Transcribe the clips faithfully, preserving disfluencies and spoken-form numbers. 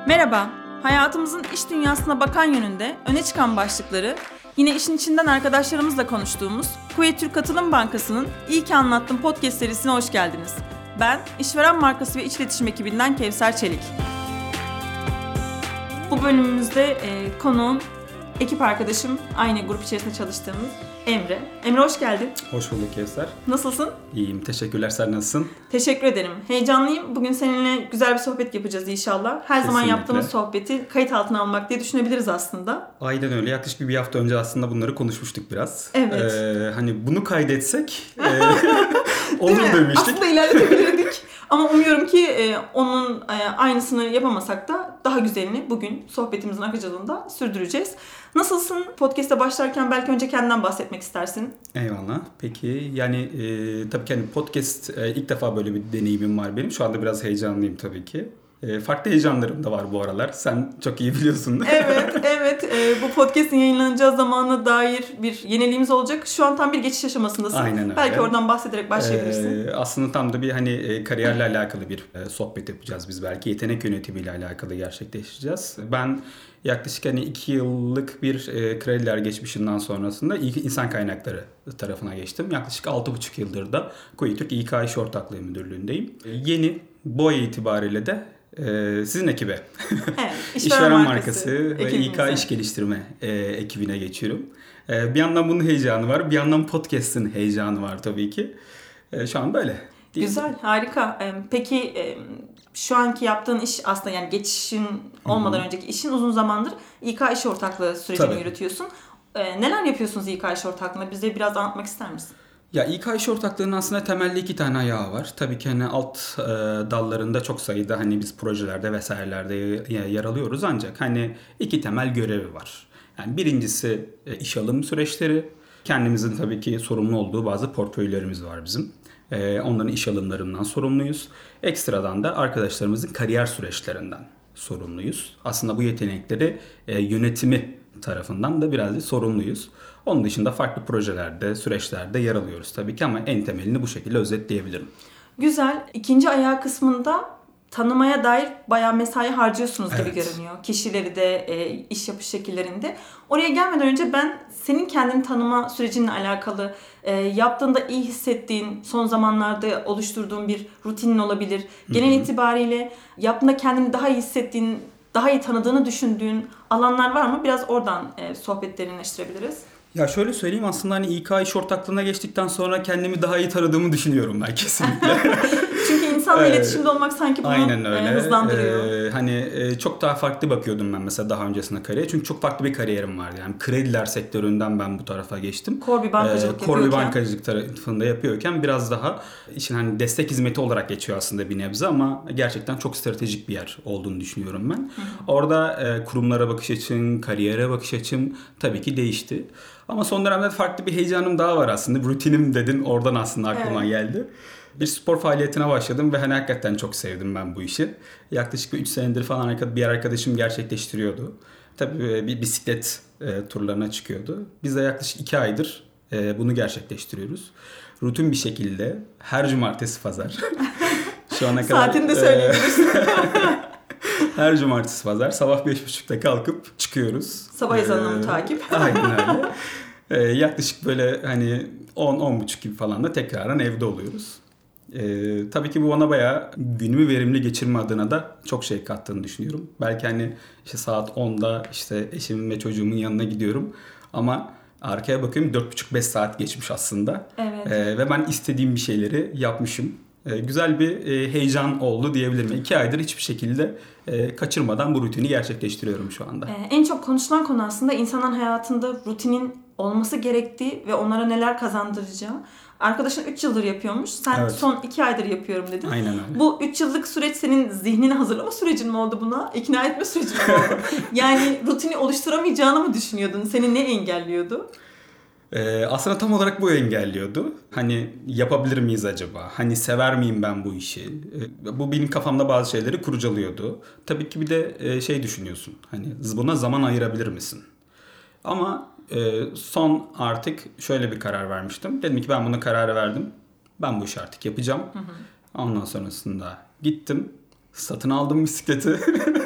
Merhaba, hayatımızın iş dünyasına bakan yönünde öne çıkan başlıkları yine işin içinden arkadaşlarımızla konuştuğumuz Kuveyt Türk Katılım Bankası'nın İyi ki Anlattım podcast serisine hoş geldiniz. Ben, işveren markası ve iç iletişim ekibinden Kevser Çelik. Bu bölümümüzde e, konuğum, ekip arkadaşım, aynı grup içerisinde çalıştığımız Emre. Emre hoş geldin. Hoş bulduk Kevser. Nasılsın? İyiyim, teşekkürler. Sen nasılsın? Teşekkür ederim. Heyecanlıyım. Bugün seninle güzel bir sohbet yapacağız inşallah. Her Kesinlikle. zaman yaptığımız sohbeti kayıt altına almak diye düşünebiliriz aslında. Aynen öyle. Yaklaşık bir hafta önce aslında bunları konuşmuştuk biraz. Evet. Ee, hani bunu kaydetsek e, olur demiştik. Aslında ilerletebilirdik. Ama umuyorum ki e, onun e, aynısını yapamasak da daha güzelini bugün sohbetimizin akıcılığında sürdüreceğiz. Nasılsın? Podcast'e başlarken belki önce kendinden bahsetmek istersin. Eyvallah. Peki yani e, tabii ki hani podcast e, ilk defa böyle bir deneyimim var benim. Şu anda biraz heyecanlıyım tabii ki. E, farklı heyecanlarım da var bu aralar. Sen çok iyi biliyorsun. Evet, evet. E, bu podcast'in yayınlanacağı zamana dair bir yeniliğimiz olacak. Şu an tam bir geçiş aşamasındasın. Aynen öyle. Belki oradan bahsederek başlayabilirsin. E, aslında tam da bir hani e, kariyerle alakalı bir e, sohbet yapacağız biz belki. Yetenek yönetimiyle alakalı gerçekleştireceğiz. Ben yaklaşık hani iki yıllık bir e, krediler geçmişinden sonrasında insan kaynakları tarafına geçtim. Yaklaşık altı buçuk yıldır da Kuveyt Türk İK İş Ortaklığı Müdürlüğü'ndeyim. E, yeni bu ay itibariyle de Ee, sizin ekibe, evet, işveren markası, markası ve İK İş Geliştirme e, ekibine geçiyorum. E, bir yandan bunun heyecanı var, bir yandan podcast'ın heyecanı var tabii ki. E, şu an böyle. Güzel, harika. E, peki e, şu anki yaptığın iş aslında yani geçişin olmadan Hı-hı. önceki işin uzun zamandır İK İş Ortaklığı sürecini tabii. yürütüyorsun. E, neler yapıyorsunuz İK İş Ortaklığı'nda? Bize biraz anlatmak ister misin? Ya İK İş Ortaklığı'nın aslında temelde iki tane ayağı var. Tabii ki hani alt e, dallarında çok sayıda hani biz projelerde vesairelerde yer alıyoruz ancak hani iki temel görevi var. Yani birincisi e, iş alım süreçleri. Kendimizin tabii ki sorumlu olduğu bazı portföylerimiz var bizim. E, onların iş alımlarından sorumluyuz. Ekstradan da arkadaşlarımızın kariyer süreçlerinden sorumluyuz. Aslında bu yetenekleri e, yönetimi tarafından da biraz da sorumluyuz. Onun dışında farklı projelerde, süreçlerde yer alıyoruz tabii ki ama en temelini bu şekilde özetleyebilirim. Güzel. İkinci ayağı kısmında tanımaya dair bayağı mesai harcıyorsunuz gibi evet. görünüyor. Kişileri de, e, iş yapış şekillerinde. Oraya gelmeden önce ben senin kendini tanıma sürecinle alakalı e, yaptığında iyi hissettiğin, son zamanlarda oluşturduğun bir rutinin olabilir. Genel Hı-hı. itibariyle yaptığında kendini daha iyi hissettiğin, daha iyi tanıdığını düşündüğün alanlar var mı? Biraz oradan e, sohbet derinleştirebiliriz. Ya şöyle söyleyeyim aslında hani İK İş Ortaklığı'na geçtikten sonra kendimi daha iyi tanıdığımı düşünüyorum ben kesinlikle. Çünkü insanla ee, iletişimde olmak sanki bunu aynen öyle. hızlandırıyor. Ee, hani e, çok daha farklı bakıyordum ben mesela daha öncesinde kariyere. Çünkü çok farklı bir kariyerim vardı. Yani krediler sektöründen ben bu tarafa geçtim. Core bir bankacılık ee, yapıyorken. Core bir bankacılık tarafında yapıyorken biraz daha işin hani destek hizmeti olarak geçiyor aslında bir nebze ama gerçekten çok stratejik bir yer olduğunu düşünüyorum ben. Hı hı. Orada e, kurumlara bakış açım, kariyere bakış açım tabii ki değişti. Ama son dönemde farklı bir heyecanım daha var aslında. Rutinim dedin oradan aslında aklıma evet. geldi. Bir spor faaliyetine başladım ve hani hakikaten çok sevdim ben bu işi. Yaklaşık üç senedir falan bir arkadaşım gerçekleştiriyordu. Tabii bir bisiklet e, turlarına çıkıyordu. Biz de yaklaşık iki aydır e, bunu gerçekleştiriyoruz. Rutin bir şekilde her cumartesi pazar. Şu ana kadar. Saatini de söyleyebilirsin. E, her cumartesi pazar sabah beş buçukta kalkıp çıkıyoruz. Sabah ezanına mı takip? Aynen öyle. Ee, yaklaşık böyle hani on on buçuk gibi falan da tekrardan evde oluyoruz. Ee, tabii ki bu bana bayağı günümü verimli geçirme adına da çok şey kattığını düşünüyorum. Belki hani işte saat onda işte eşimin ve çocuğumun yanına gidiyorum. Ama arkaya bakıyorum dört buçuk beş saat geçmiş aslında. Evet. Ee, ve ben istediğim bir şeyleri yapmışım. Ee, güzel bir e, heyecan oldu diyebilirim. İki aydır hiçbir şekilde e, kaçırmadan bu rutini gerçekleştiriyorum şu anda. Ee, en çok konuşulan konu aslında insanın hayatında rutinin olması gerektiği ve onlara neler kazandıracağı. Arkadaşın üç yıldır yapıyormuş. Sen evet. son iki aydır yapıyorum dedin. Aynen öyle. Bu üç yıllık süreç senin zihnini hazırlama sürecin mi oldu buna? İkna etme sürecin mi oldu? Yani rutini oluşturamayacağını mı düşünüyordun? Seni ne engelliyordu? Ee, aslında tam olarak bu engelliyordu. Hani yapabilir miyiz acaba? Hani sever miyim ben bu işi? Ee, bu benim kafamda bazı şeyleri kurcalıyordu. Tabii ki bir de e, şey düşünüyorsun. Hani buna zaman ayırabilir misin? Ama e, son artık şöyle bir karar vermiştim. Dedim ki ben buna kararı verdim. Ben bu işi artık yapacağım. Hı hı. Ondan sonrasında gittim. Satın aldım bisikleti.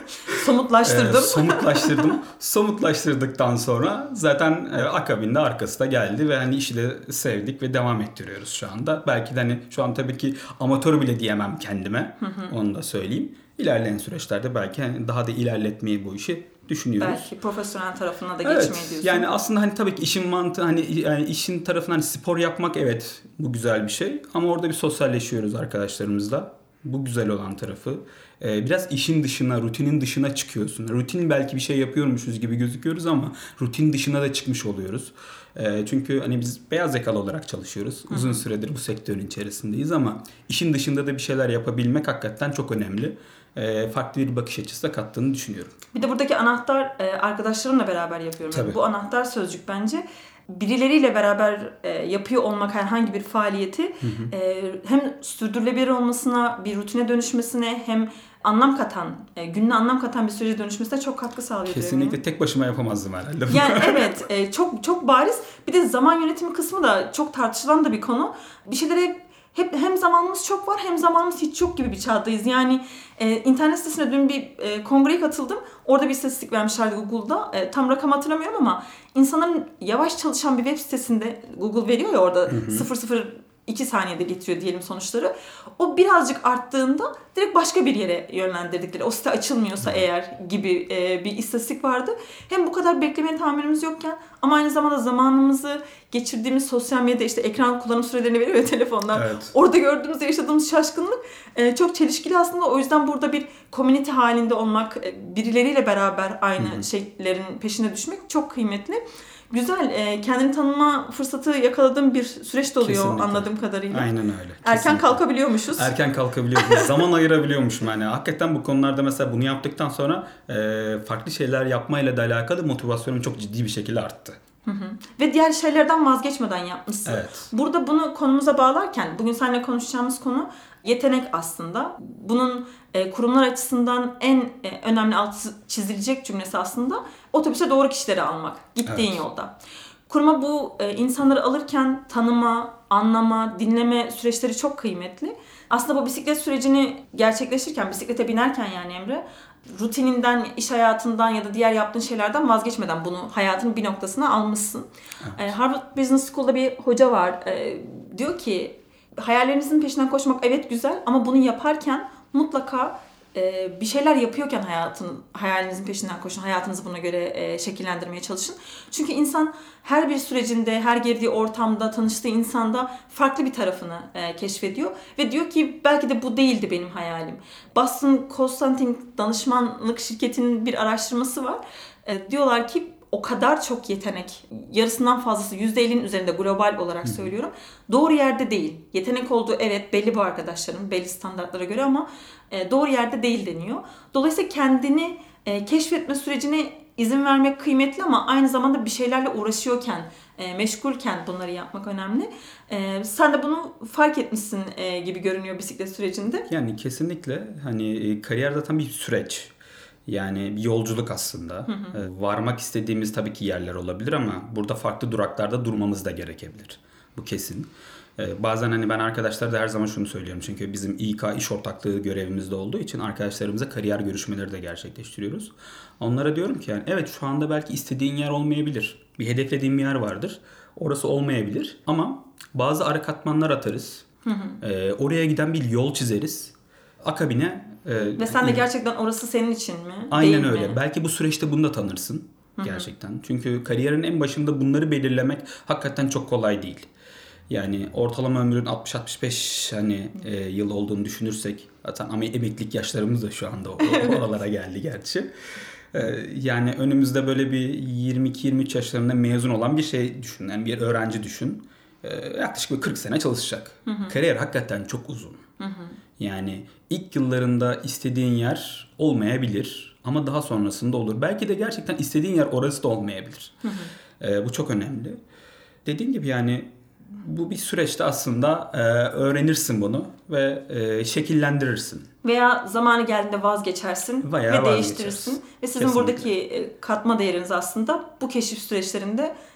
somutlaştırdım. E, somutlaştırdım. Somutlaştırdıktan sonra zaten e, akabinde arkası da geldi ve hani işi de sevdik ve devam ettiriyoruz şu anda. Belki de hani şu an tabii ki amatör bile diyemem kendime. Hı hı. Onu da söyleyeyim. İlerleyen süreçlerde belki hani daha da ilerletmeyi bu işi düşünüyoruz. Belki profesyonel tarafına da evet, geçmeyi diyorsun. Yani aslında hani tabii ki işin mantığı hani yani işin tarafından hani spor yapmak evet bu güzel bir şey ama orada bir sosyalleşiyoruz arkadaşlarımızla. Bu güzel olan tarafı. Ee, biraz işin dışına, rutinin dışına çıkıyorsun. Rutin belki bir şey yapıyormuşuz gibi gözüküyoruz ama rutin dışına da çıkmış oluyoruz. Ee, çünkü hani biz beyaz yakalı olarak çalışıyoruz. Uzun Hı-hı. süredir bu sektörün içerisindeyiz ama işin dışında da bir şeyler yapabilmek hakikaten çok önemli. E, farklı bir bakış açısı da kattığını düşünüyorum. Bir de buradaki anahtar e, arkadaşlarımla beraber yapıyorum. Yani bu anahtar sözcük bence birileriyle beraber e, yapıyor olmak herhangi bir faaliyeti hı hı. E, hem sürdürülebilir olmasına, bir rutine dönüşmesine hem anlam katan, e, gününe anlam katan bir sürece dönüşmesine çok katkı sağlıyor. Kesinlikle tek başıma yapamazdım herhalde. Yani evet e, çok çok bariz. Bir de zaman yönetimi kısmı da çok tartışılan da bir konu. Bir şeylere hep hem zamanımız çok var hem zamanımız hiç yok gibi bir çağdayız. Yani e, internet sitesine dün bir e, kongreye katıldım. Orada bir istatistik vermişlerdi Google'da. E, tam rakam hatırlamıyorum ama insanların yavaş çalışan bir web sitesinde Google veriyor ya orada sıfır sıfır iki saniyede getiriyor diyelim sonuçları. O birazcık arttığında direkt başka bir yere yönlendirdikleri, o site açılmıyorsa eğer gibi e, bir istatistik vardı. Hem bu kadar beklemeye tahammülümüz yokken ama aynı zamanda zamanımızı geçirdiğimiz sosyal medyada işte ekran kullanım sürelerini veriyor ya telefonlar. Evet. Orada gördüğümüz, yaşadığımız şaşkınlık e, çok çelişkili aslında. O yüzden burada bir community halinde olmak, e, birileriyle beraber aynı Hı-hı. şeylerin peşine düşmek çok kıymetli. Güzel, e, kendini tanıma fırsatı yakaladığım bir süreç de oluyor Kesinlikle. Anladığım kadarıyla. Aynen öyle. Kesinlikle. Erken kalkabiliyormuşuz. Erken kalkabiliyormuşuz. Zaman ayırabiliyormuşum yani. Hakikaten bu konularda mesela bunu yaptıktan sonra e, farklı şeyler yapmayla da alakalı motivasyonum çok ciddi bir şekilde arttı. Hı hı. Ve diğer şeylerden vazgeçmeden yapmışsın. Evet. Burada bunu konumuza bağlarken bugün seninle konuşacağımız konu yetenek aslında. Bunun e, kurumlar açısından en e, önemli altı çizilecek cümlesi aslında otobüse doğru kişileri almak gittiğin evet. yolda. Kuruma bu e, insanları alırken tanıma, anlama, dinleme süreçleri çok kıymetli. Aslında bu bisiklet sürecini gerçekleştirirken, bisiklete binerken yani Emre, rutininden, iş hayatından ya da diğer yaptığın şeylerden vazgeçmeden bunu hayatın bir noktasına almışsın. Evet. E, Harvard Business School'da bir hoca var. E, diyor ki hayallerinizin peşinden koşmak evet güzel ama bunu yaparken mutlaka e, bir şeyler yapıyorken hayatın hayalinizin peşinden koşun. Hayatınızı buna göre e, şekillendirmeye çalışın. Çünkü insan her bir sürecinde, her girdiği ortamda, tanıştığı insanda farklı bir tarafını e, keşfediyor. Ve diyor ki belki de bu değildi benim hayalim. Boston Consulting danışmanlık şirketinin bir araştırması var. E, diyorlar ki o kadar çok yetenek, yarısından fazlası yüzde ellinin üzerinde global olarak söylüyorum. Doğru yerde değil. Yetenek olduğu evet belli bu arkadaşların, belli standartlara göre ama e, doğru yerde değil deniyor. Dolayısıyla kendini e, keşfetme sürecine izin vermek kıymetli ama aynı zamanda bir şeylerle uğraşıyorken, e, meşgulken bunları yapmak önemli. E, sen de bunu fark etmişsin e, gibi görünüyor bisiklet sürecinde. Yani kesinlikle hani kariyer zaten bir süreç. Yani bir yolculuk aslında. Hı hı. Varmak istediğimiz tabii ki yerler olabilir ama burada farklı duraklarda durmamız da gerekebilir. Bu kesin. Bazen hani ben arkadaşlara da her zaman şunu söylüyorum. Çünkü bizim İK iş ortaklığı görevimizde olduğu için arkadaşlarımıza kariyer görüşmeleri de gerçekleştiriyoruz. Onlara diyorum ki yani evet şu anda belki istediğin yer olmayabilir. Bir hedeflediğin bir yer vardır. Orası olmayabilir ama bazı ara katmanlar atarız. Hı hı. Ee, oraya giden bir yol çizeriz. Akabine e, ve sen de gerçekten orası senin için mi? Aynen Değil öyle. Mi? Belki bu süreçte bunu da tanırsın. Hı-hı. Gerçekten. Çünkü kariyerin en başında bunları belirlemek hakikaten çok kolay değil. Yani ortalama ömrün altmış altmış beş hani e, yıl olduğunu düşünürsek zaten ama emeklilik yaşlarımız da şu anda oralara geldi gerçi. E, yani önümüzde böyle bir yirmi iki yirmi üç yaşlarında mezun olan bir şey düşün. Yani bir öğrenci düşün. E, yaklaşık bir kırk sene çalışacak. Hı-hı. Kariyer hakikaten çok uzun. Hı-hı. Yani ilk yıllarında istediğin yer olmayabilir ama daha sonrasında olur. Belki de gerçekten istediğin yer orası da olmayabilir. Hı hı. E, bu çok önemli. Dediğim gibi yani bu bir süreçte aslında e, öğrenirsin bunu ve e, şekillendirirsin. Veya zamanı geldiğinde vazgeçersin Veya ve değiştirirsin. Ve sizin Kesinlikle. buradaki katma değeriniz aslında bu keşif süreçlerinde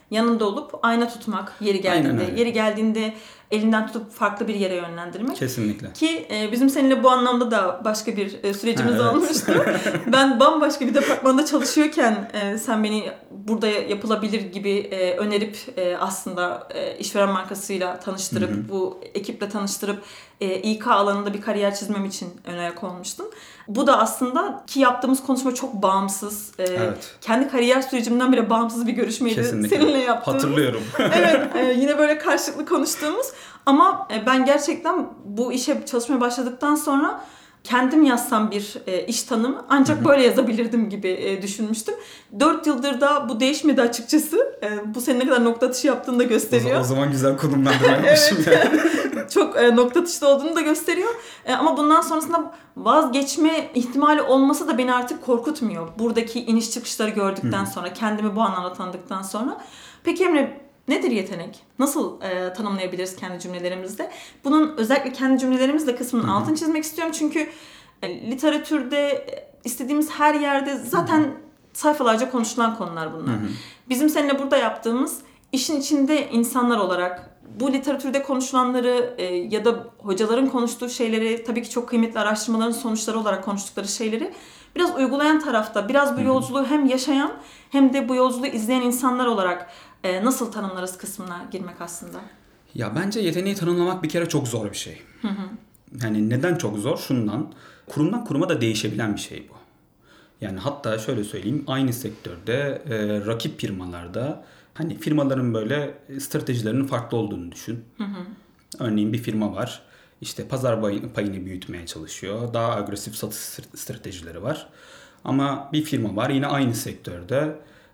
yanında olup ayna tutmak yeri geldiğinde, yeri geldiğinde elinden tutup farklı bir yere yönlendirmek. Kesinlikle. Ki e, bizim seninle bu anlamda da başka bir e, sürecimiz ha, evet. olmuştu. Ben bambaşka bir departmanda çalışıyorken e, sen beni burada yapılabilir gibi e, önerip e, aslında e, işveren markasıyla tanıştırıp, hı hı. bu ekiple tanıştırıp e, İK alanında bir kariyer çizmem için ön ayak olmuştun. Bu da aslında ki yaptığımız konuşma çok bağımsız. E, evet. Kendi kariyer sürecimden bile bağımsız bir görüşmeydi. Kesinlikle. Seninle yaptığımız. Hatırlıyorum. Evet. E, yine böyle karşılıklı konuştuğumuz. Ama e, ben gerçekten bu işe çalışmaya başladıktan sonra kendim yazsam bir e, iş tanımı ancak hı hı. böyle yazabilirdim gibi e, düşünmüştüm. Dört yıldır da bu değişmedi açıkçası. E, bu senin ne kadar nokta atışı yaptığını da gösteriyor. O, o zaman güzel konumlandırma yapmışım. Evet. Çok e, nokta atışta olduğunu da gösteriyor. E, ama bundan sonrasında vazgeçme ihtimali olması da beni artık korkutmuyor. Buradaki iniş çıkışları gördükten hı. sonra, kendimi bu anlamda tanıdıktan sonra. Peki Emre, nedir yetenek? Nasıl e, tanımlayabiliriz kendi cümlelerimizde? Bunun özellikle kendi cümlelerimizle kısmının Hı-hı. altını çizmek istiyorum. Çünkü e, literatürde, istediğimiz her yerde zaten Hı-hı. sayfalarca konuşulan konular bunlar. Hı-hı. Bizim seninle burada yaptığımız işin içinde insanlar olarak bu literatürde konuşulanları e, ya da hocaların konuştuğu şeyleri, tabii ki çok kıymetli araştırmaların sonuçları olarak konuştukları şeyleri biraz uygulayan tarafta, biraz bu yolculuğu hem yaşayan hem de bu yolculuğu izleyen insanlar olarak e, nasıl tanımlarız kısmına girmek aslında. Ya bence yeteneği tanımlamak bir kere çok zor bir şey. Hı hı. Yani neden çok zor? Şundan, kurumdan kuruma da değişebilen bir şey bu. Yani hatta şöyle söyleyeyim, aynı sektörde e, rakip firmalarda hani firmaların böyle stratejilerinin farklı olduğunu düşün. Hı hı. Örneğin bir firma var. İşte pazar payını büyütmeye çalışıyor. Daha agresif satış stratejileri var. Ama bir firma var yine aynı sektörde.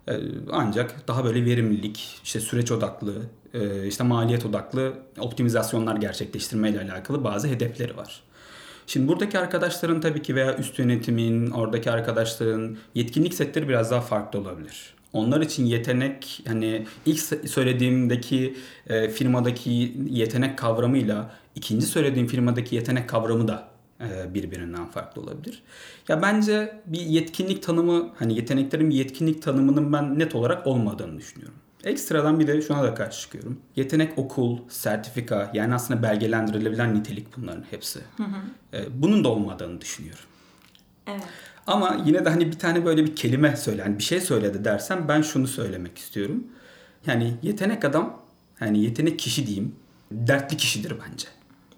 Ancak daha böyle verimlilik, işte süreç odaklı, işte maliyet odaklı optimizasyonlar gerçekleştirmeyle alakalı bazı hedefleri var. Şimdi buradaki arkadaşların tabii ki veya üst yönetimin, oradaki arkadaşların yetkinlik setleri biraz daha farklı olabilir. Onlar için yetenek, hani ilk söylediğimdeki e, firmadaki yetenek kavramıyla ikinci söylediğim firmadaki yetenek kavramı da e, birbirinden farklı olabilir. Ya bence bir yetkinlik tanımı, hani yeteneklerin bir yetkinlik tanımının ben net olarak olmadığını düşünüyorum. Ekstradan bir de şuna da karşı çıkıyorum. Yetenek okul, sertifika, yani aslında belgelendirilebilen nitelik bunların hepsi. Hı hı. E, bunun da olmadığını düşünüyorum. Evet. Ama yine de hani bir tane böyle bir kelime söyle, hani bir şey söyledi dersem ben şunu söylemek istiyorum. Yani yetenek adam, yani yetenek kişi diyeyim, dertli kişidir bence.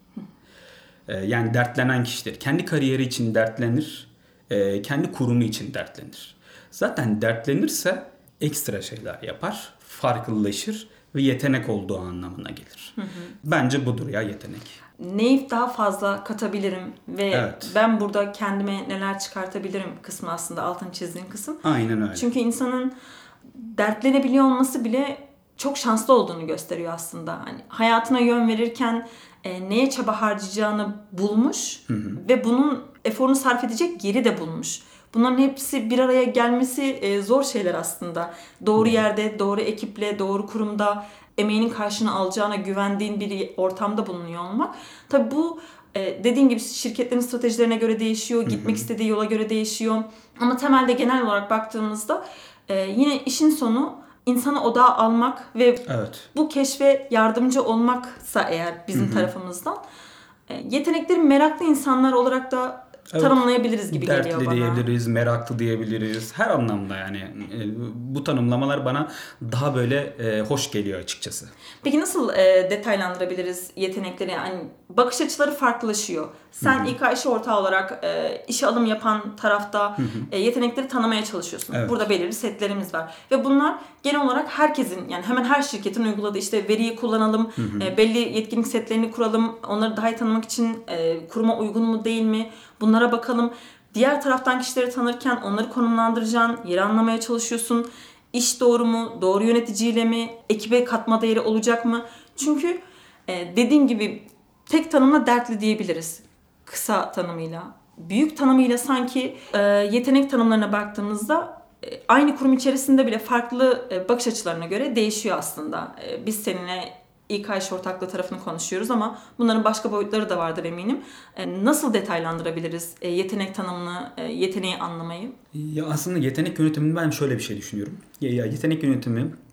Ee, yani dertlenen kişidir. Kendi kariyeri için dertlenir, e, kendi kurumu için dertlenir. Zaten dertlenirse ekstra şeyler yapar, farklılaşır ve yetenek olduğu anlamına gelir. Hı hı. Bence budur ya yetenek. Neyi daha fazla katabilirim ve evet. ben burada kendime neler çıkartabilirim kısmı aslında altını çizdiğin kısım. Aynen öyle. Çünkü insanın dertlenebiliyor olması bile çok şanslı olduğunu gösteriyor aslında. Hani hayatına yön verirken e, neye çaba harcayacağını bulmuş hı hı. ve bunun eforunu sarf edecek yeri de bulmuş. Bunların hepsi bir araya gelmesi e, zor şeyler aslında. Doğru yerde, doğru ekiple, doğru kurumda emeğinin karşılığını alacağına güvendiğin bir ortamda bulunuyor olmak. Tabii bu e, dediğin gibi şirketlerin stratejilerine göre değişiyor, gitmek hı hı. istediği yola göre değişiyor. Ama temelde genel olarak baktığımızda e, yine işin sonu insanı odağa almak ve evet. bu keşfe yardımcı olmaksa eğer bizim hı hı. tarafımızdan e, yetenekleri meraklı insanlar olarak da evet. tanımlayabiliriz gibi dertli geliyor bana. Dertli diyebiliriz, meraklı diyebiliriz. Her anlamda yani e, bu tanımlamalar bana daha böyle e, hoş geliyor açıkçası. Peki nasıl e, detaylandırabiliriz yetenekleri? Yani bakış açıları farklılaşıyor. Sen İK iş ortağı olarak e, işe alım yapan tarafta e, yetenekleri tanımaya çalışıyorsun. Evet. Burada belirli setlerimiz var. Ve bunlar genel olarak herkesin, yani hemen her şirketin uyguladığı işte veriyi kullanalım, e, belli yetkinlik setlerini kuralım, onları daha iyi tanımak için e, kuruma uygun mu değil mi? Bunlara bakalım. Diğer taraftan kişileri tanırken onları konumlandıracaksın, yeri anlamaya çalışıyorsun. İş doğru mu? Doğru yöneticiyle mi? Ekibe katma değeri olacak mı? Çünkü e, dediğim gibi tek tanımla dertli diyebiliriz. Kısa tanımıyla. Büyük tanımıyla sanki e, yetenek tanımlarına baktığımızda e, aynı kurum içerisinde bile farklı e, bakış açılarına göre değişiyor aslında. E, biz seninle İK iş ortaklığı tarafını konuşuyoruz ama bunların başka boyutları da vardır eminim. E, nasıl detaylandırabiliriz e, yetenek tanımını, e, yeteneği anlamayı? Ya aslında yetenek yönetimini ben şöyle bir şey düşünüyorum. Ya, ya yetenek yönetimi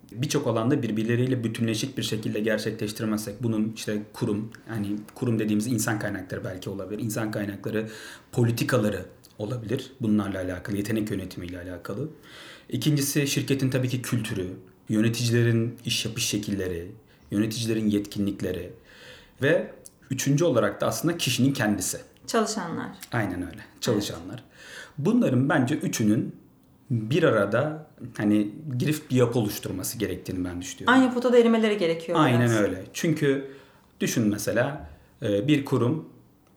birçok alanda birbirleriyle bütünleşik bir şekilde gerçekleştirmezsek, bunun işte kurum, yani kurum dediğimiz insan kaynakları belki olabilir. İnsan kaynakları politikaları olabilir. Bunlarla alakalı, yetenek yönetimiyle alakalı. İkincisi şirketin tabii ki kültürü, yöneticilerin iş yapış şekilleri, yöneticilerin yetkinlikleri ve üçüncü olarak da aslında kişinin kendisi. Çalışanlar. Aynen öyle. Çalışanlar. Evet. Bunların bence üçünün bir arada hani girift bir yapı oluşturması gerektiğini ben düşünüyorum. Aynı potada erimeleri gerekiyor. Aynen biraz. öyle. Çünkü düşün mesela bir kurum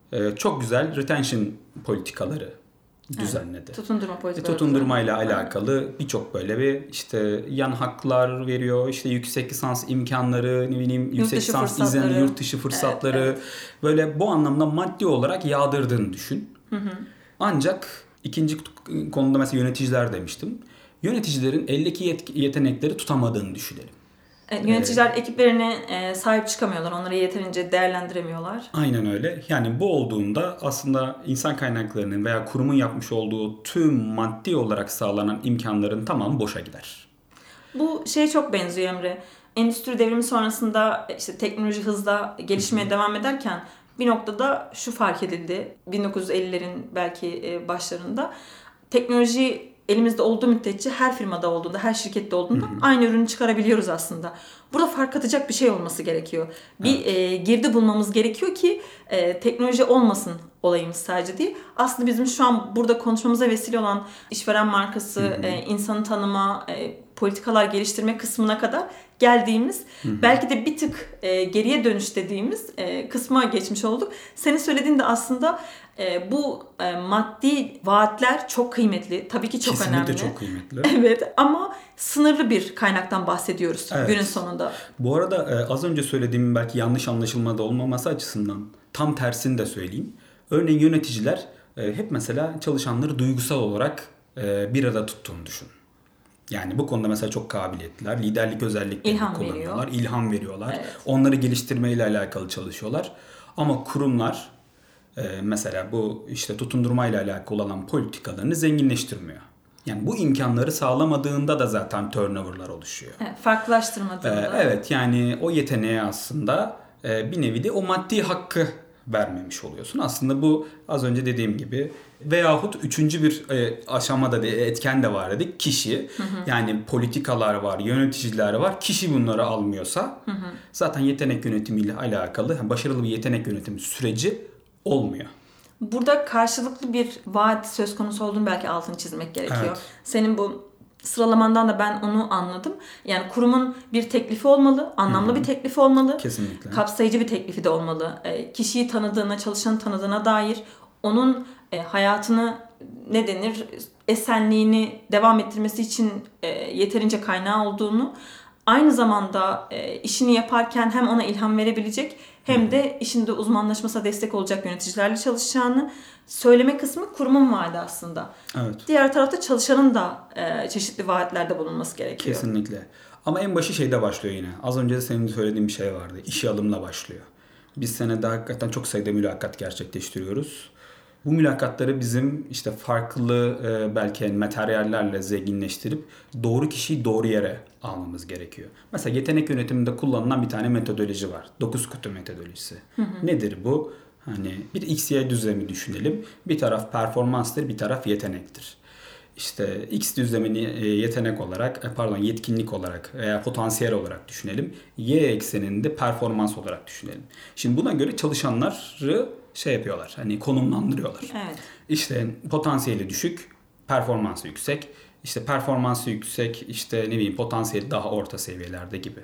çok güzel retention politikaları düzenledi. Evet, tutundurma politikaları. Tutundurmayla alakalı birçok böyle bir işte yan haklar veriyor. İşte yüksek lisans imkanları, ne bileyim yüksek lisans izni, yurt dışı fırsatları. Evet, evet. Böyle bu anlamda maddi olarak yağdırdığını düşün. Hı hı. Ancak ikinci konuda mesela yöneticiler demiştim. Yöneticilerin eldeki yet- yetenekleri tutamadığını düşünelim. Evet, yöneticiler ee, ekiplerine e, sahip çıkamıyorlar. Onları yeterince değerlendiremiyorlar. Aynen öyle. Yani bu olduğunda aslında insan kaynaklarının veya kurumun yapmış olduğu tüm maddi olarak sağlanan imkanların tamamı boşa gider. Bu şeye çok benziyor Emre. Endüstri devrimi sonrasında işte teknoloji hızla gelişmeye Hı-hı. devam ederken bir noktada şu fark edildi. bin dokuz yüz ellilerin belki başlarında teknoloji elimizde olduğu müddetçe her firmada olduğunda, her şirkette olduğunda hı hı. aynı ürünü çıkarabiliyoruz aslında. Burada fark atacak bir şey olması gerekiyor. Bir evet. e, girdi bulmamız gerekiyor ki e, teknoloji olmasın olayımız sadece değil. Aslında bizim şu an burada konuşmamıza vesile olan işveren markası, hı hı. E, insanı tanıma, e, politikalar geliştirme kısmına kadar geldiğimiz, hı hı. belki de bir tık e, geriye dönüş dediğimiz e, kısma geçmiş olduk. Senin söylediğin de aslında e, bu e, maddi vaatler çok kıymetli. Tabii ki çok Kesinlikle önemli. Kesinlikle çok kıymetli. Evet, ama sınırlı bir kaynaktan bahsediyoruz evet. günün sonunda. Bu arada e, az önce söylediğim belki yanlış anlaşılmada olmaması açısından tam tersini de söyleyeyim. Örneğin yöneticiler e, hep mesela çalışanları duygusal olarak e, bir arada tuttuğunu düşün. Yani bu konuda mesela çok kabiliyetliler. Liderlik özelliklerini İlham kullanıyorlar. Veriyor. İlham veriyorlar. Evet. Onları geliştirmeyle alakalı çalışıyorlar. Ama kurumlar e, mesela bu işte tutundurmayla alakalı olan politikalarını zenginleştirmiyor. Yani bu imkanları sağlamadığında da zaten turnover'lar oluşuyor. Evet, farklılaştırmadığında. Ee, evet yani o yeteneğe aslında e, bir nevi de o maddi hakkı vermemiş oluyorsun. Aslında bu az önce dediğim gibi veyahut üçüncü bir e, aşamada da etken de var dedik. Kişi hı hı. yani politikalar var, yöneticiler var. Kişi bunları almıyorsa hı hı. zaten yetenek yönetimiyle alakalı başarılı bir yetenek yönetimi süreci olmuyor. Burada karşılıklı bir vaat söz konusu olduğunu belki altını çizmek gerekiyor. Evet. Senin bu sıralamandan da ben onu anladım. Yani kurumun bir teklifi olmalı, anlamlı Hı-hı. bir teklifi olmalı. Kesinlikle. Kapsayıcı bir teklifi de olmalı. E, kişiyi tanıdığına, çalışanı tanıdığına dair onun e, hayatını ne denir, esenliğini devam ettirmesi için e, yeterince kaynağı olduğunu, aynı zamanda e, işini yaparken hem ona ilham verebilecek hem de işinde uzmanlaşmasına destek olacak yöneticilerle çalışacağını söyleme kısmı kurumun vaadi aslında. Evet. Diğer tarafta çalışanın da e, çeşitli vaatlerde bulunması gerekiyor. Kesinlikle. Ama en başı şeyde başlıyor yine. Az önce de senin söylediğin bir şey vardı. İşe alımla başlıyor. Biz senede hakikaten çok sayıda mülakat gerçekleştiriyoruz. Bu mülakatları bizim işte farklı e, belki materyallerle zenginleştirip doğru kişiyi doğru yere almamız gerekiyor. Mesela yetenek yönetiminde kullanılan bir tane metodoloji var. Dokuz kutu metodolojisi. Hı hı. Nedir bu? Hani bir X Y düzlemi düşünelim. Bir taraf performanstır, bir taraf yetenektir. İşte X düzlemini yetenek olarak, pardon yetkinlik olarak veya potansiyel olarak düşünelim. Y ekseninde performans olarak düşünelim. Şimdi buna göre çalışanları şey yapıyorlar. Hani konumlandırıyorlar. Evet. İşte potansiyeli düşük, performansı yüksek. İşte performansı yüksek, işte ne bileyim potansiyeli daha orta seviyelerde gibi.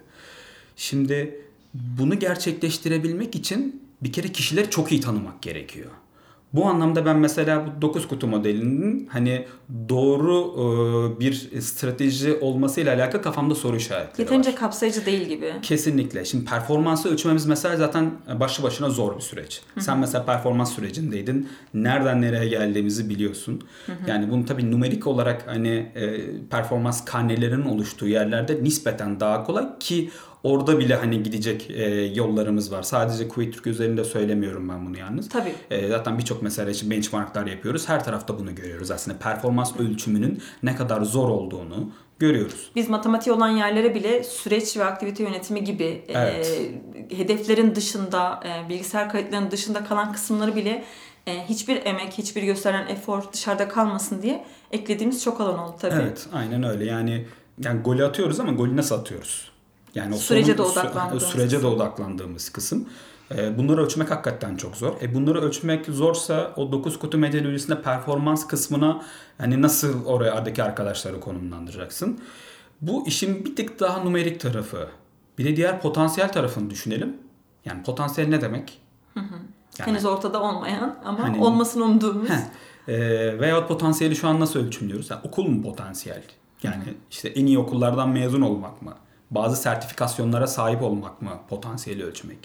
Şimdi bunu gerçekleştirebilmek için bir kere kişileri çok iyi tanımak gerekiyor. Bu anlamda ben mesela bu dokuz kutu modelinin hani doğru e, bir strateji olmasıyla alakalı kafamda soru işaretleri Yeterince var. kapsayıcı değil gibi. Kesinlikle. Şimdi performansı ölçmemiz mesela zaten başlı başına zor bir süreç. Hı-hı. Sen mesela performans sürecindeydin. Nereden nereye geldiğimizi biliyorsun. Hı-hı. Yani bunu tabii numerik olarak hani e, performans karnelerinin oluştuğu yerlerde nispeten daha kolay ki Orada bile hani gidecek e, yollarımız var. Sadece Kuveyt Türk üzerinde söylemiyorum ben bunu yalnız. Tabii. E, zaten birçok mesele için benchmarklar yapıyoruz. Her tarafta bunu görüyoruz aslında. Performans ölçümünün ne kadar zor olduğunu görüyoruz. Biz matematiği olan yerlere bile süreç ve aktivite yönetimi gibi evet. e, hedeflerin dışında, e, bilgisayar kayıtlarının dışında kalan kısımları bile e, hiçbir emek, hiçbir gösterilen efor dışarıda kalmasın diye eklediğimiz çok alan oldu tabii. Evet, aynen öyle. Yani yani golü atıyoruz ama golü nasıl atıyoruz? Yani o sürece sonun, de odaklandığımız sürece de odaklandığımız kısım. Bunları ölçmek hakikaten çok zor. E bunları ölçmek zorsa o dokuz kutu metodolojisinde performans kısmına hani nasıl oradaki arkadaşları konumlandıracaksın? Bu işin bir tık daha numerik tarafı. Bir de diğer potansiyel tarafını düşünelim. Yani potansiyel ne demek? Hı hı. Yani, henüz ortada olmayan ama hani, olmasını umduğumuz. E, veyahut potansiyeli şu an nasıl ölçümlüyoruz? Yani okul mu potansiyel? Yani hı hı. işte en iyi okullardan mezun olmak mı? Bazı sertifikasyonlara sahip olmak mı potansiyeli ölçmek?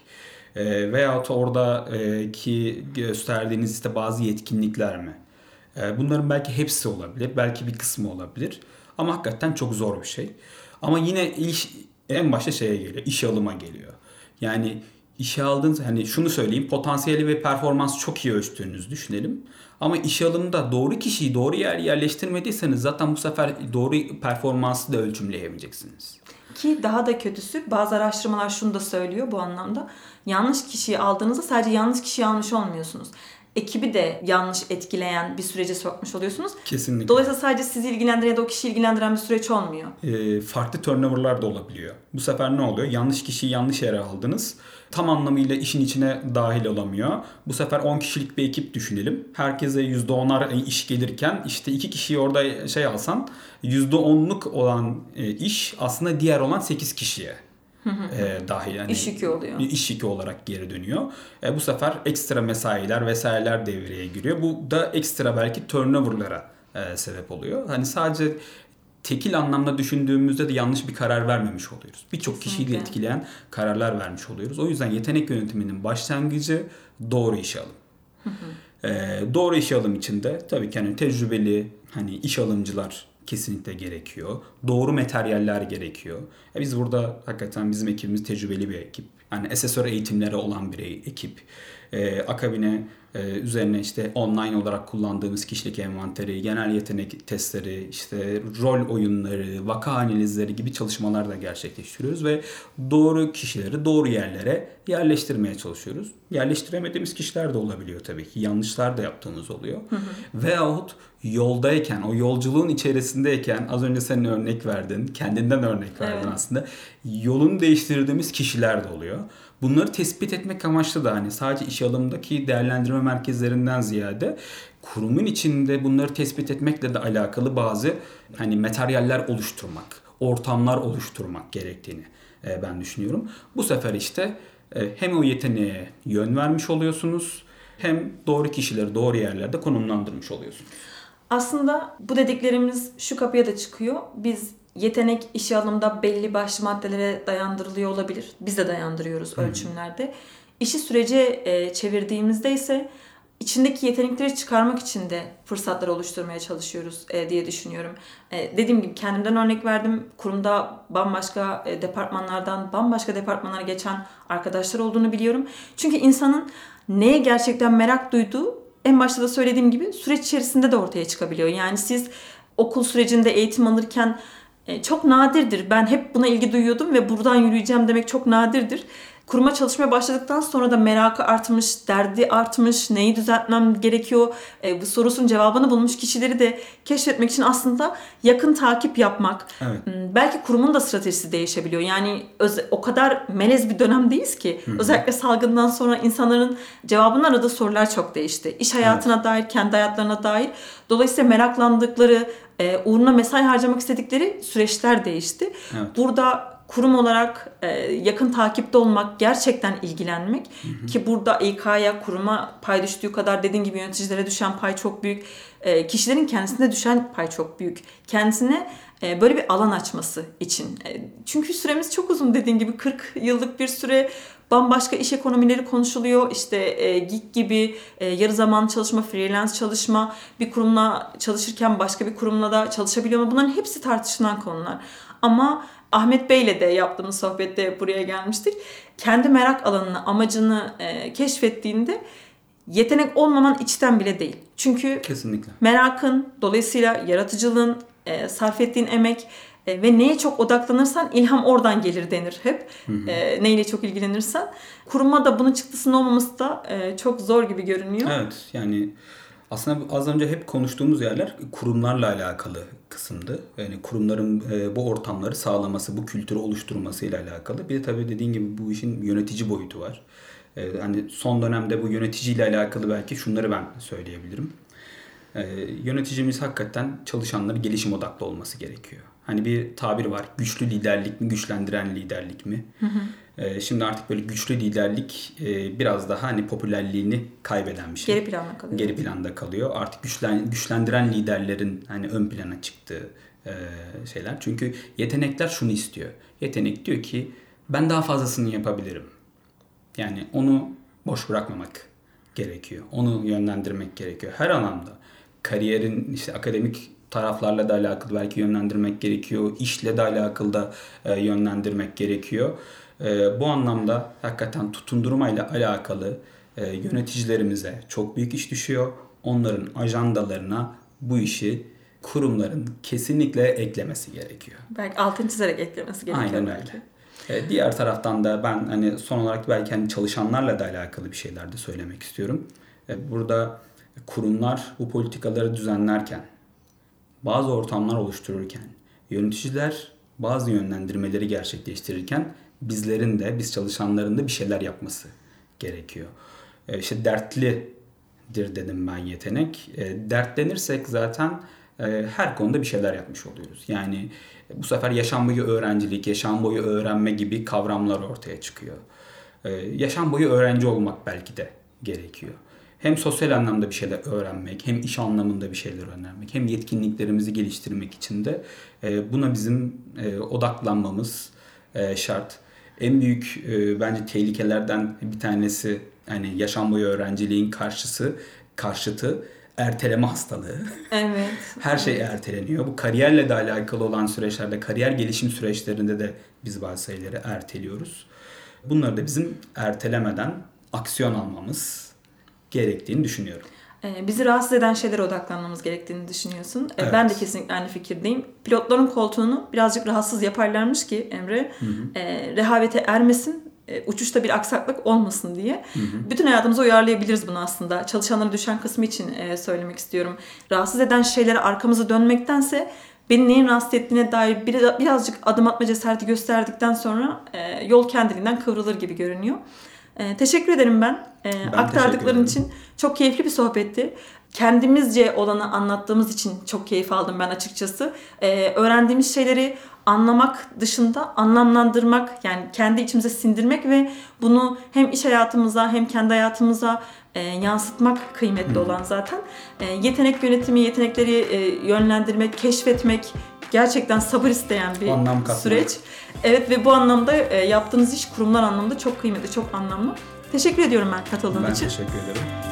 E, veyahut oradaki gösterdiğiniz işte bazı yetkinlikler mi? E, bunların belki hepsi olabilir, belki bir kısmı olabilir. Ama hakikaten çok zor bir şey. Ama yine iş, en başta şeye geliyor, işe alıma geliyor. Yani işe aldığınız, hani şunu söyleyeyim, potansiyeli ve performans çok iyi ölçtüğünüzü düşünelim. Ama işe alımda doğru kişiyi doğru yer yerleştirmediyseniz zaten bu sefer doğru performansı da ölçümleyemeyeceksiniz. Ki daha da kötüsü, bazı araştırmalar şunu da söylüyor bu anlamda. Yanlış kişiyi aldığınızda sadece yanlış kişiyi almış olmuyorsunuz. Ekibi de yanlış etkileyen bir sürece sokmuş oluyorsunuz. Kesinlikle. Dolayısıyla sadece sizi ilgilendiren ya da o kişiyi ilgilendiren bir süreç olmuyor. E, farklı turnover'lar da olabiliyor. Bu sefer ne oluyor? Yanlış kişiyi yanlış yere aldınız. Tam anlamıyla işin içine dahil olamıyor. Bu sefer on kişilik bir ekip düşünelim. Herkese yüzde onar iş gelirken işte iki kişiyi orada şey alsan yüzde onluk olan iş aslında diğer olan sekiz kişiye e, dahil. Yani iş yükü oluyor. İş yükü olarak geri dönüyor. E, bu sefer ekstra mesailer vesaireler devreye giriyor. Bu da ekstra belki turnover'lara e, sebep oluyor. Hani sadece tekil anlamda düşündüğümüzde de yanlış bir karar vermemiş oluyoruz. Birçok kişiyi de etkileyen kararlar vermiş oluyoruz. O yüzden yetenek yönetiminin başlangıcı doğru işe alım. Hı hı. Ee, doğru işe alım için de tabii ki hani tecrübeli hani iş alımcılar kesinlikle gerekiyor. Doğru materyaller gerekiyor. E biz burada hakikaten bizim ekibimiz tecrübeli bir ekip. Yani asesör eğitimleri olan bir ekip. Ee, akabine e, üzerine işte online olarak kullandığımız kişilik envanteri, genel yetenek testleri, işte rol oyunları, vaka analizleri gibi çalışmalar da gerçekleştiriyoruz ve doğru kişileri doğru yerlere yerleştirmeye çalışıyoruz. Yerleştiremediğimiz kişiler de olabiliyor tabii ki. Yanlışlar da yaptığımız oluyor. Hı hı. Veyahut yoldayken, o yolculuğun içerisindeyken, az önce senin örnek verdin, kendinden örnek verdin evet. aslında. Yolunu değiştirdiğimiz kişiler de oluyor. Bunları tespit etmek amaçlı da hani sadece iş alımdaki değerlendirme merkezlerinden ziyade kurumun içinde bunları tespit etmekle de alakalı bazı hani materyaller oluşturmak, ortamlar oluşturmak gerektiğini e, ben düşünüyorum. Bu sefer işte e, hem o yeteneğe yön vermiş oluyorsunuz hem doğru kişileri doğru yerlerde konumlandırmış oluyorsunuz. Aslında bu dediklerimiz şu kapıya da çıkıyor. Biz yetenek işe alımda belli başlı maddelere dayandırılıyor olabilir. Biz de dayandırıyoruz hmm. ölçümlerde. İşi sürece e, çevirdiğimizde ise içindeki yetenekleri çıkarmak için de fırsatlar oluşturmaya çalışıyoruz e, diye düşünüyorum. E, dediğim gibi kendimden örnek verdim. Kurumda bambaşka e, departmanlardan bambaşka departmanlara geçen arkadaşlar olduğunu biliyorum. Çünkü insanın neye gerçekten merak duyduğu en başta da söylediğim gibi süreç içerisinde de ortaya çıkabiliyor. Yani siz okul sürecinde eğitim alırken çok nadirdir. Ben hep buna ilgi duyuyordum ve buradan yürüyeceğim demek çok nadirdir. Kuruma çalışmaya başladıktan sonra da merakı artmış, derdi artmış, neyi düzeltmem gerekiyor, e, bu sorusunun cevabını bulmuş kişileri de keşfetmek için aslında yakın takip yapmak. Evet. Belki kurumun da stratejisi değişebiliyor. Yani öz- o kadar melez bir dönemdeyiz ki Hı-hı. özellikle salgından sonra insanların cevabını aradığı sorular çok değişti. İş hayatına evet. dair, kendi hayatlarına dair. Dolayısıyla meraklandıkları, e, uğruna mesai harcamak istedikleri süreçler değişti. Evet. Burada kurum olarak e, yakın takipte olmak, gerçekten ilgilenmek hı hı. ki burada İK'ya, kuruma pay düştüğü kadar dediğin gibi yöneticilere düşen pay çok büyük. E, kişilerin kendisine düşen pay çok büyük. Kendisine e, böyle bir alan açması için. E, çünkü süremiz çok uzun, dediğin gibi kırk yıllık bir süre. Bambaşka iş ekonomileri konuşuluyor. İşte e, gig gibi e, yarı zaman çalışma, freelance çalışma, bir kurumla çalışırken başka bir kurumla da çalışabiliyor mu? Bunların hepsi tartışılan konular. Ama Ahmet Bey'le de yaptığımız sohbette buraya gelmiştik. Kendi merak alanını, amacını e, keşfettiğinde yetenek olmaman içten bile değil. Çünkü kesinlikle merakın, dolayısıyla yaratıcılığın, e, sarf ettiğin emek e, ve neye çok odaklanırsan ilham oradan gelir denir hep. Hı hı. E, neyle çok ilgilenirsen. Kuruma da bunun çıktısının olmaması da e, çok zor gibi görünüyor. Evet, yani aslında az önce hep konuştuğumuz yerler kurumlarla alakalı kısımdı. Yani kurumların e, bu ortamları sağlaması, bu kültürü oluşturmasıyla alakalı. Bir de tabii dediğin gibi bu işin yönetici boyutu var. E, hani son dönemde bu yöneticiyle alakalı belki şunları ben söyleyebilirim. E, yöneticimiz hakikaten çalışanları gelişim odaklı olması gerekiyor. Hani bir tabir var. Güçlü liderlik mi, güçlendiren liderlik mi? Hı hı. E, şimdi artık böyle güçlü liderlik e, biraz daha hani popülerliğini kaybeden bir şey. Geri planda kalıyor. Geri planda kalıyor. Artık güçlen, güçlendiren liderlerin hani ön plana çıktığı e, şeyler. Çünkü yetenekler şunu istiyor. Yetenek diyor ki ben daha fazlasını yapabilirim. Yani onu boş bırakmamak gerekiyor. Onu yönlendirmek gerekiyor. Her anlamda. Kariyerin işte akademik taraflarla da alakalı belki yönlendirmek gerekiyor. İşle de alakalı da e, yönlendirmek gerekiyor. E, bu anlamda hakikaten tutundurmayla alakalı e, yöneticilerimize çok büyük iş düşüyor. Onların ajandalarına bu işi kurumların kesinlikle eklemesi gerekiyor. Belki altını çizerek eklemesi gerekiyor. Aynen belki. öyle. E, diğer taraftan da ben hani son olarak belki hani çalışanlarla da alakalı bir şeyler de söylemek istiyorum. E, burada kurumlar bu politikaları düzenlerken, bazı ortamlar oluştururken, yöneticiler bazı yönlendirmeleri gerçekleştirirken bizlerin de, biz çalışanların da bir şeyler yapması gerekiyor. E işte dertlidir dedim ben yetenek. E, dertlenirsek zaten e, her konuda bir şeyler yapmış oluyoruz. Yani bu sefer yaşam boyu öğrencilik, yaşam boyu öğrenme gibi kavramlar ortaya çıkıyor. E, yaşam boyu öğrenci olmak belki de gerekiyor. Hem sosyal anlamda bir şeyler öğrenmek, hem iş anlamında bir şeyler öğrenmek, hem yetkinliklerimizi geliştirmek için de e, buna bizim e, odaklanmamız e, şart. En büyük e, bence tehlikelerden bir tanesi hani yaşam boyu öğrenciliğin karşısı, karşıtı erteleme hastalığı. Evet. Her şey evet. erteleniyor. Bu kariyerle de alakalı olan süreçlerde, kariyer gelişim süreçlerinde de biz bazı şeyleri erteliyoruz. Bunları da bizim ertelemeden aksiyon almamız gerektiğini düşünüyorum. Ee, bizi rahatsız eden şeylere odaklanmamız gerektiğini düşünüyorsun. Evet. Ben de kesinlikle aynı fikirdeyim. Pilotların koltuğunu birazcık rahatsız yaparlarmış ki Emre, hı hı. E, rehavete ermesin, e, uçuşta bir aksaklık olmasın diye. Hı hı. Bütün hayatımıza uyarlayabiliriz bunu aslında. Çalışanlara düşen kısmı için e, söylemek istiyorum. Rahatsız eden şeylere arkamızı dönmektense beni neyin rahatsız ettiğine dair bir, birazcık adım atma cesareti gösterdikten sonra e, yol kendiliğinden kıvrılır gibi görünüyor. Ee, teşekkür ederim ben. Ee, ben aktardıkların için çok keyifli bir sohbetti. Kendimizce olanı anlattığımız için çok keyif aldım ben açıkçası. Ee, öğrendiğimiz şeyleri anlamak dışında anlamlandırmak, yani kendi içimize sindirmek ve bunu hem iş hayatımıza hem kendi hayatımıza e, yansıtmak kıymetli hmm. olan zaten. E, yetenek yönetimi, yetenekleri e, yönlendirmek, keşfetmek gerçekten sabır isteyen bir süreç. Evet ve bu anlamda e, yaptığınız iş kurumlar anlamında çok kıymetli, çok anlamlı. Teşekkür ediyorum ben katıldığım ben için. Ben teşekkür ederim.